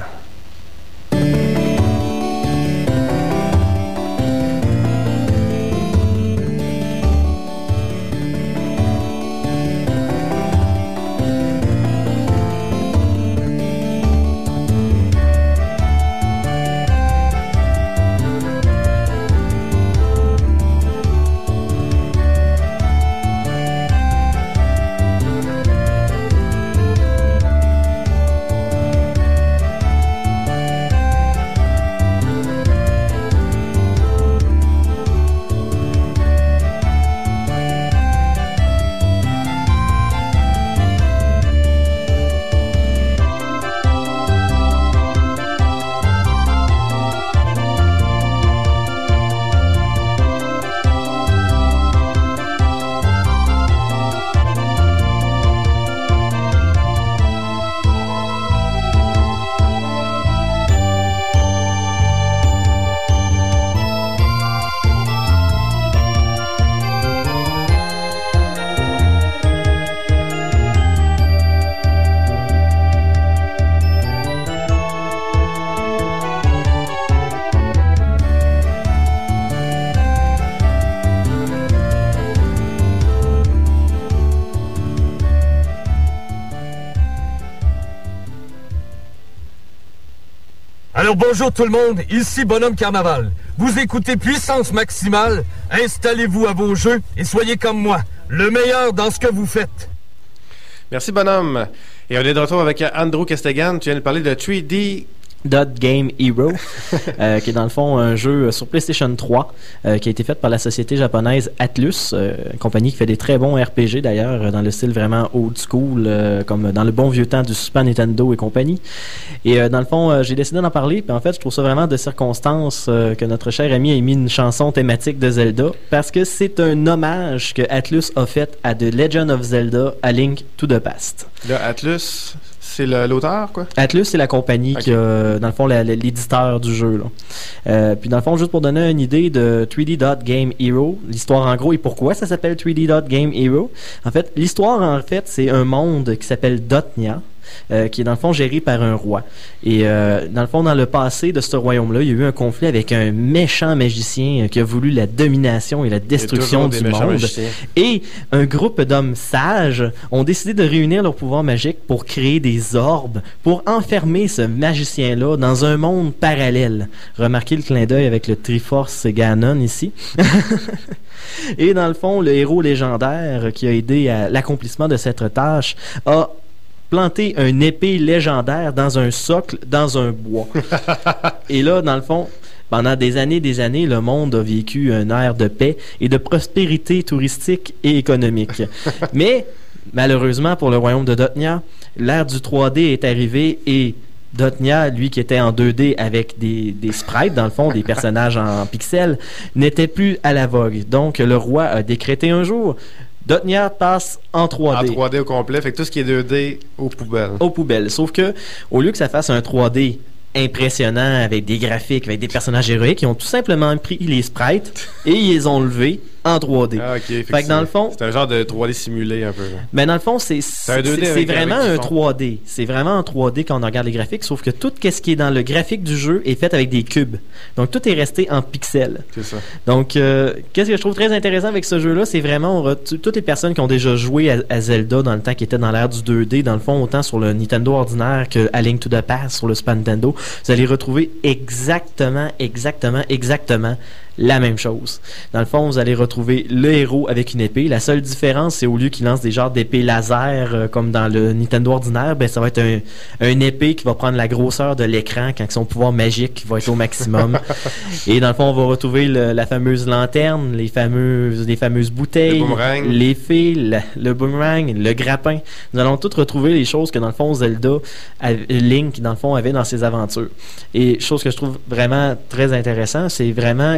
Alors bonjour tout le monde, ici Bonhomme Carnaval. Vous écoutez Puissance Maximale, installez-vous à vos jeux et soyez comme moi, le meilleur dans ce que vous faites. Merci Bonhomme. Et on est de retour avec Andrew Castegan. Tu viens de parler de 3D Game Hero, qui est dans le fond un jeu sur PlayStation 3 qui a été fait par la société japonaise Atlus, compagnie qui fait des très bons RPG d'ailleurs, dans le style vraiment old school, comme dans le bon vieux temps du Super Nintendo et compagnie. Et dans le fond, j'ai décidé d'en parler, puis en fait, je trouve ça vraiment de circonstance que notre cher ami ait mis une chanson thématique de Zelda, parce que c'est un hommage que Atlus a fait à The Legend of Zelda, A Link to the Past. Là, Atlus, c'est l'auteur, quoi? Atlus, c'est la compagnie qui a, dans le fond, l'éditeur du jeu. Là. Puis dans le fond, juste pour donner une idée de 3D Game Hero, l'histoire en gros et pourquoi ça s'appelle 3D Game Hero. En fait, l'histoire, c'est un monde qui s'appelle Dotnia. Qui est dans le fond géré par un roi. Et dans le fond, dans le passé de ce royaume-là, il y a eu un conflit avec un méchant magicien qui a voulu la domination et la destruction du monde. Et un groupe d'hommes sages ont décidé de réunir leur pouvoir magique pour créer des orbes, pour enfermer ce magicien-là dans un monde parallèle. Remarquez le clin d'œil avec le Triforce Ganon ici. Et dans le fond, le héros légendaire qui a aidé à l'accomplissement de cette tâche a planter une épée légendaire dans un socle, dans un bois. Et là, dans le fond, pendant des années, le monde a vécu un air de paix et de prospérité touristique et économique. Mais, malheureusement pour le royaume de Dotnia, l'ère du 3D est arrivée et Dotnia, lui qui était en 2D avec des sprites, dans le fond, des personnages en pixels, n'était plus à la vogue. Donc, le roi a décrété un jour... Dotnia passe en 3D. En 3D au complet, fait que tout ce qui est 2D, aux poubelles. Aux poubelles. Sauf que, au lieu que ça fasse un 3D impressionnant avec des graphiques, avec des personnages héroïques, ils ont tout simplement pris les sprites et ils les ont levés en 3D. Ah, ok. Fait que dans le fond... C'est un genre de 3D simulé un peu. Mais dans le fond, c'est vraiment un 3D. C'est vraiment un 3D quand on regarde les graphiques, sauf que tout ce qui est dans le graphique du jeu est fait avec des cubes. Donc, tout est resté en pixels. C'est ça. Donc, qu'est-ce que je trouve très intéressant avec ce jeu-là, c'est vraiment... toutes les personnes qui ont déjà joué à Zelda dans le temps qui était dans l'ère du 2D, dans le fond, autant sur le Nintendo ordinaire que A Link to the Past sur le Super Nintendo, vous allez retrouver exactement la même chose. Dans le fond, vous allez retrouver le héros avec une épée. La seule différence, c'est au lieu qu'il lance des genres d'épées laser comme dans le Nintendo ordinaire, ben ça va être un épée qui va prendre la grosseur de l'écran quand son pouvoir magique va être au maximum. Et dans le fond, on va retrouver la fameuse lanterne, les fameuses bouteilles, les fils, le boomerang, le grappin. Nous allons tous retrouver les choses que dans le fond Zelda, Link dans le fond avait dans ses aventures. Et chose que je trouve vraiment très intéressant, c'est vraiment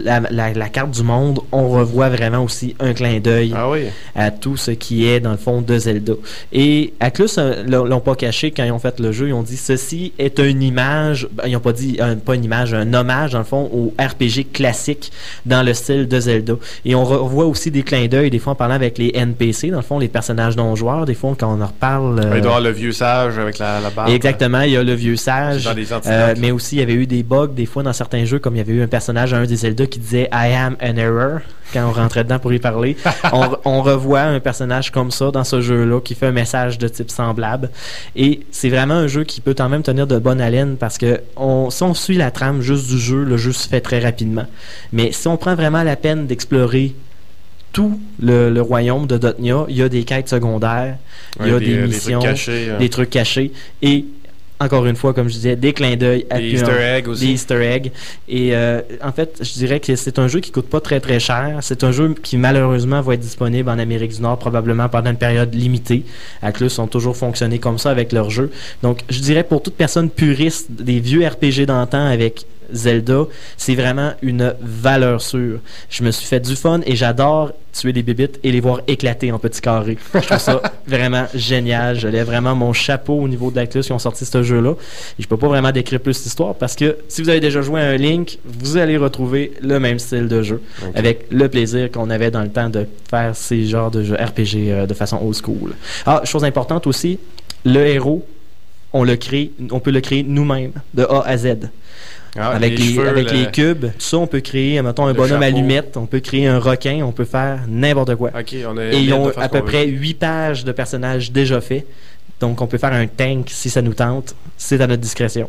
la carte du monde, on revoit vraiment aussi un clin d'œil à tout ce qui est dans le fond de Zelda. Et Atlus l'ont pas caché quand ils ont fait le jeu, ils ont dit ceci est une image, ils n'ont pas dit pas une image, un hommage dans le fond au RPG classique dans le style de Zelda. Et on revoit aussi des clins d'œil des fois en parlant avec les NPC, dans le fond les personnages non joueurs, des fois quand on en reparle. Il doit y avoir le vieux sage avec la barbe. Exactement, il y a le vieux sage. Mais aussi il y avait eu des bugs des fois dans certains jeux, comme il y avait eu un personnage à un des Zelda qui disait I am an error quand on rentrait dedans pour y parler. On revoit un personnage comme ça dans ce jeu-là qui fait un message de type semblable. Et c'est vraiment un jeu qui peut quand même tenir de bonne haleine parce que si on suit la trame juste du jeu, le jeu se fait très rapidement. Mais si on prend vraiment la peine d'explorer tout le royaume de Dotnia, il y a des quêtes secondaires, il y a des missions, des trucs cachés et encore une fois, comme je disais, des clins d'œil à des Easter eggs aussi. Des Easter eggs. Et en fait, je dirais que c'est un jeu qui coûte pas très très cher. C'est un jeu qui malheureusement va être disponible en Amérique du Nord probablement pendant une période limitée. Atlus ont toujours fonctionné comme ça avec leurs jeux. Donc, je dirais pour toute personne puriste des vieux RPG d'antan avec Zelda, c'est vraiment une valeur sûre. Je me suis fait du fun et j'adore tuer des bébites et les voir éclater en petits carrés. Je trouve ça vraiment génial. Je lève vraiment mon chapeau au niveau d'Atlus qui ont sorti ce jeu-là. Et je peux pas vraiment décrire plus l'histoire parce que si vous avez déjà joué à un Link, vous allez retrouver le même style de jeu avec le plaisir qu'on avait dans le temps de faire ces genres de jeux RPG de façon old school. Ah, chose importante aussi, le héros, on peut le créer nous-mêmes de A à Z. Avec les cubes, tout ça, on peut créer, mettons, un bonhomme allumette, on peut créer un requin, on peut faire n'importe quoi. Et ils ont à peu près 8 pages de personnages déjà faits. Donc, on peut faire un tank si ça nous tente. C'est à notre discrétion.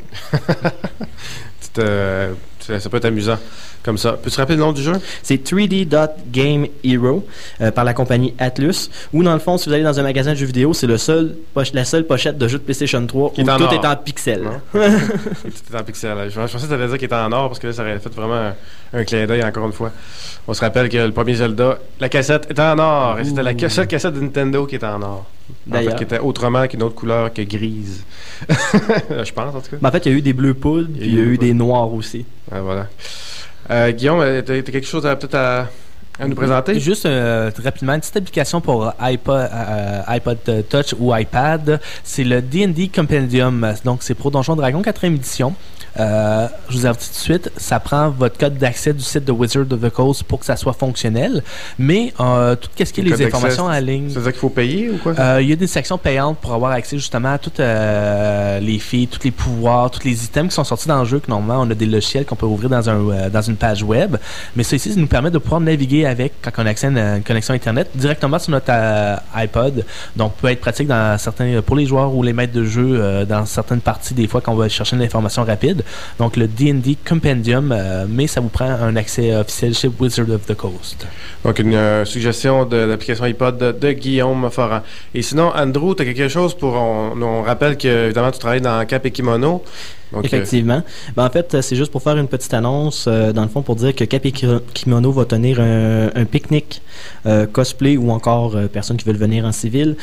Ça peut être amusant comme ça. Peux-tu rappeler le nom du jeu? C'est 3D.Game Hero par la compagnie Atlus. Ou dans le fond, si vous allez dans un magasin de jeux vidéo, c'est la seule pochette de jeux de PlayStation 3 où tout est en pixels. Tout est en pixels. Je pensais que tu allais dire qu'il était en or parce que là, ça aurait fait vraiment un clin d'œil encore une fois. On se rappelle que le premier Zelda, la cassette était en or. Et c'était la seule cassette de Nintendo qui était en or. D'ailleurs. En fait, qui était autrement qu'une autre couleur que grise. Je pense, en tout cas. Mais en fait, il y a eu des bleus poudres, puis il y a eu des noirs aussi. Ah, voilà. Guillaume, t'as quelque chose peut-être à nous présenter? Juste rapidement, une petite application pour iPod Touch ou iPad. C'est le D&D Compendium. Donc, c'est pour Donjon Dragon 4e édition. Je vous avertis tout de suite, ça prend votre code d'accès du site de Wizard of the Coast pour que ça soit fonctionnel. Mais tout ce qui est les informations en ligne... C'est-à-dire qu'il faut payer ou quoi? Il y a des sections payantes pour avoir accès justement à toutes les filles, tous les pouvoirs, tous les items qui sont sortis dans le jeu. Que normalement, on a des logiciels qu'on peut ouvrir dans une page web. Mais ça ici, ça nous permet de pouvoir naviguer avec, quand on a accès à une connexion Internet, directement sur notre iPod. Donc, peut être pratique pour les joueurs ou les maîtres de jeu dans certaines parties, des fois, quand on va chercher une information rapide. Donc, le D&D Compendium, mais ça vous prend un accès officiel chez Wizard of the Coast. Donc, une suggestion de l'application iPod de Guillaume Forand. Et sinon, Andrew, tu as quelque chose pour... On rappelle que, évidemment, tu travailles dans Cap et Kimono. Donc, effectivement. En fait, c'est juste pour faire une petite annonce, dans le fond, pour dire que Cap et Kimono va tenir un pique-nique cosplay ou encore personnes qui veulent venir en civil.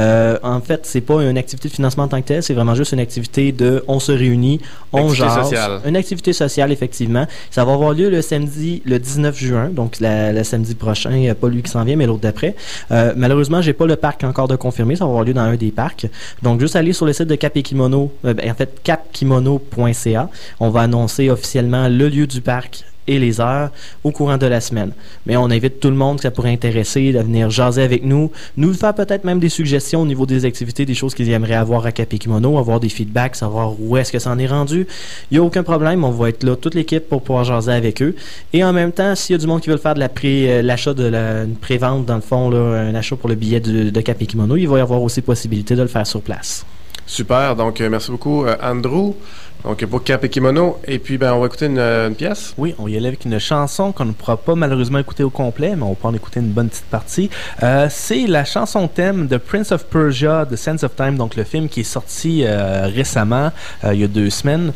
En fait, c'est pas une activité de financement en tant que telle, c'est vraiment juste une activité on se réunit, on jase. Une activité sociale, effectivement. Ça va avoir lieu le samedi, le 19 juin, donc le samedi prochain. Il n'y a pas lui qui s'en vient, mais l'autre d'après. Malheureusement, j'ai pas le parc encore de confirmer. Ça va avoir lieu dans un des parcs. Donc, juste aller sur le site de Cap et Kimono, en fait, capkimono.ca. On va annoncer officiellement le lieu du parc et les heures au courant de la semaine. Mais on invite tout le monde que ça pourrait intéresser de venir jaser avec nous faire peut-être même des suggestions au niveau des activités, des choses qu'ils aimeraient avoir à Cap et Kimono, avoir des feedbacks, savoir où est-ce que ça en est rendu. Il n'y a aucun problème, on va être là, toute l'équipe, pour pouvoir jaser avec eux. Et en même temps, s'il y a du monde qui veut faire de l'achat une pré-vente, dans le fond, là, un achat pour le billet de Cap et Kimono, il va y avoir aussi possibilité de le faire sur place. Super, donc merci beaucoup Andrew. Donc pour Cap et Kimono, et puis on va écouter une pièce. Oui, on va y aller avec une chanson qu'on ne pourra pas malheureusement écouter au complet, mais on peut en écouter une bonne petite partie. C'est la chanson thème de Prince of Persia, The Sands of Time, donc le film qui est sorti récemment, il y a 2 semaines,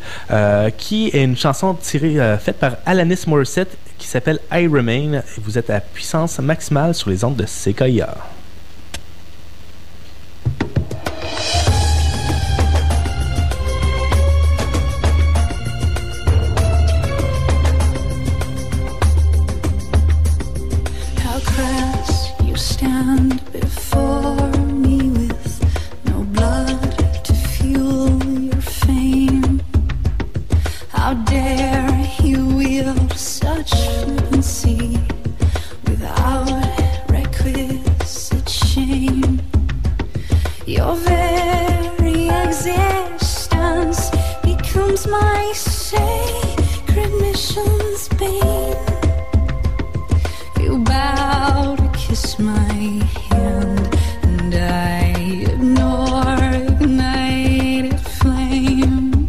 qui est une chanson faite par Alanis Morissette qui s'appelle I Remain. Et vous êtes à puissance maximale sur les ondes de CKIA. Stand before me with no blood to fuel your fame. How dare you wield such flippancy without requisite shame? Your very existence becomes my sacred mission's bane. You bow to kiss my hand, and I ignore ignited flame.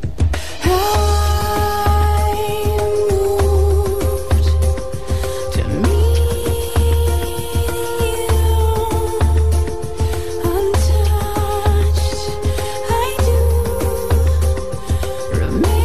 I moved to meet you, untouched. I do remain.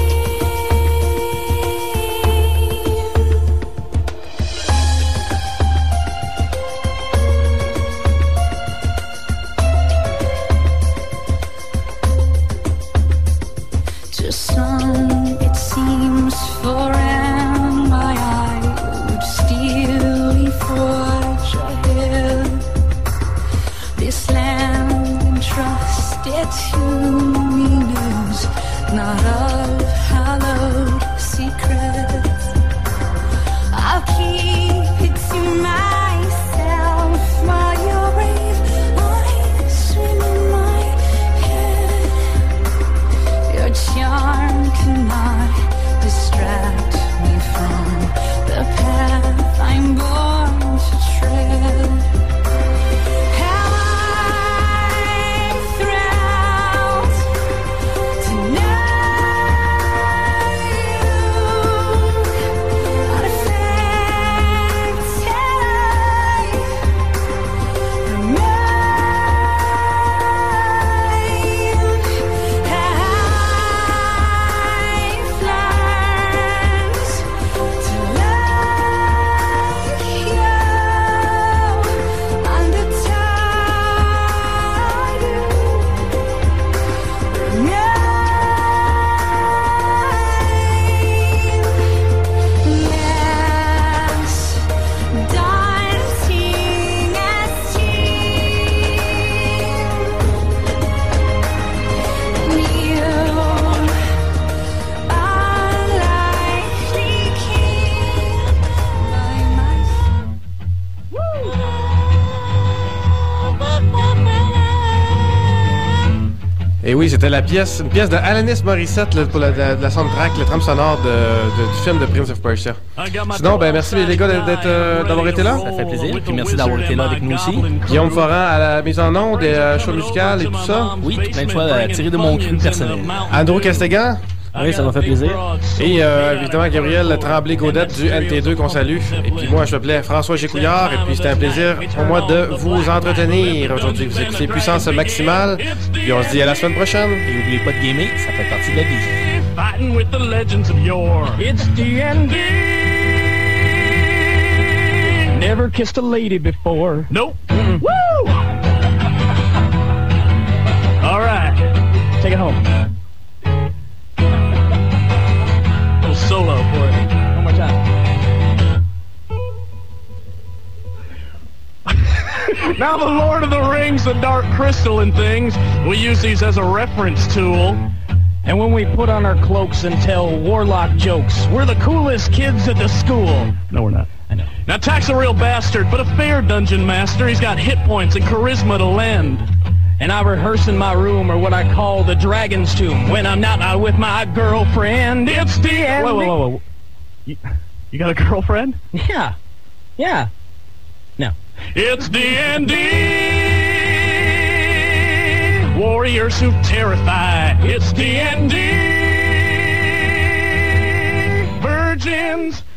To some it seems foreign my eye would steal forge ahead. This land entrusted to me knows not of hallowed secrets. I'll keep it to myself while your brave eyes swim in my head. Your charm cannot distract me from the path I'm born to tread. I thrive. Et oui, c'était une pièce de Alanis Morissette là, pour la soundtrack, le trame sonore du film de Prince of Persia. Sinon, ben merci les gars d'avoir été là. Ça fait plaisir. Puis merci d'avoir été là avec nous aussi. Guillaume Foran à la mise en onde, et choix musical et tout ça. Oui, plein de fois tiré de mon cru personnel. Andrew Castegan. Oui, ça m'a fait plaisir. Et évidemment, Gabriel Tremblay-Gaudette du NT2 qu'on salue. Et puis moi, je m'appelais François Gécouillard. Et puis c'était un plaisir pour moi de vous entretenir aujourd'hui. Vous écoutez Puissance Maximale. Puis on se dit à la semaine prochaine. Et n'oubliez pas de gamer, ça fait partie de la vie. Fighting with the legends of yore. It's D&D. Never kissed a lady before. Nope. Woo! All right. Take it home. Solo for it. One more time. Now the Lord of the Rings, the Dark Crystal and things, we use these as a reference tool. And when we put on our cloaks and tell warlock jokes, we're the coolest kids at the school. No, we're not. I know. Now, Tack's a real bastard, but a fair dungeon master. He's got hit points and charisma to lend. And I rehearse in my room, or what I call the dragon's tomb, when I'm not out with my girlfriend. It's the end. Whoa. You got a girlfriend? Yeah. No. It's D&D. Warriors who terrify. It's D&D. Virgins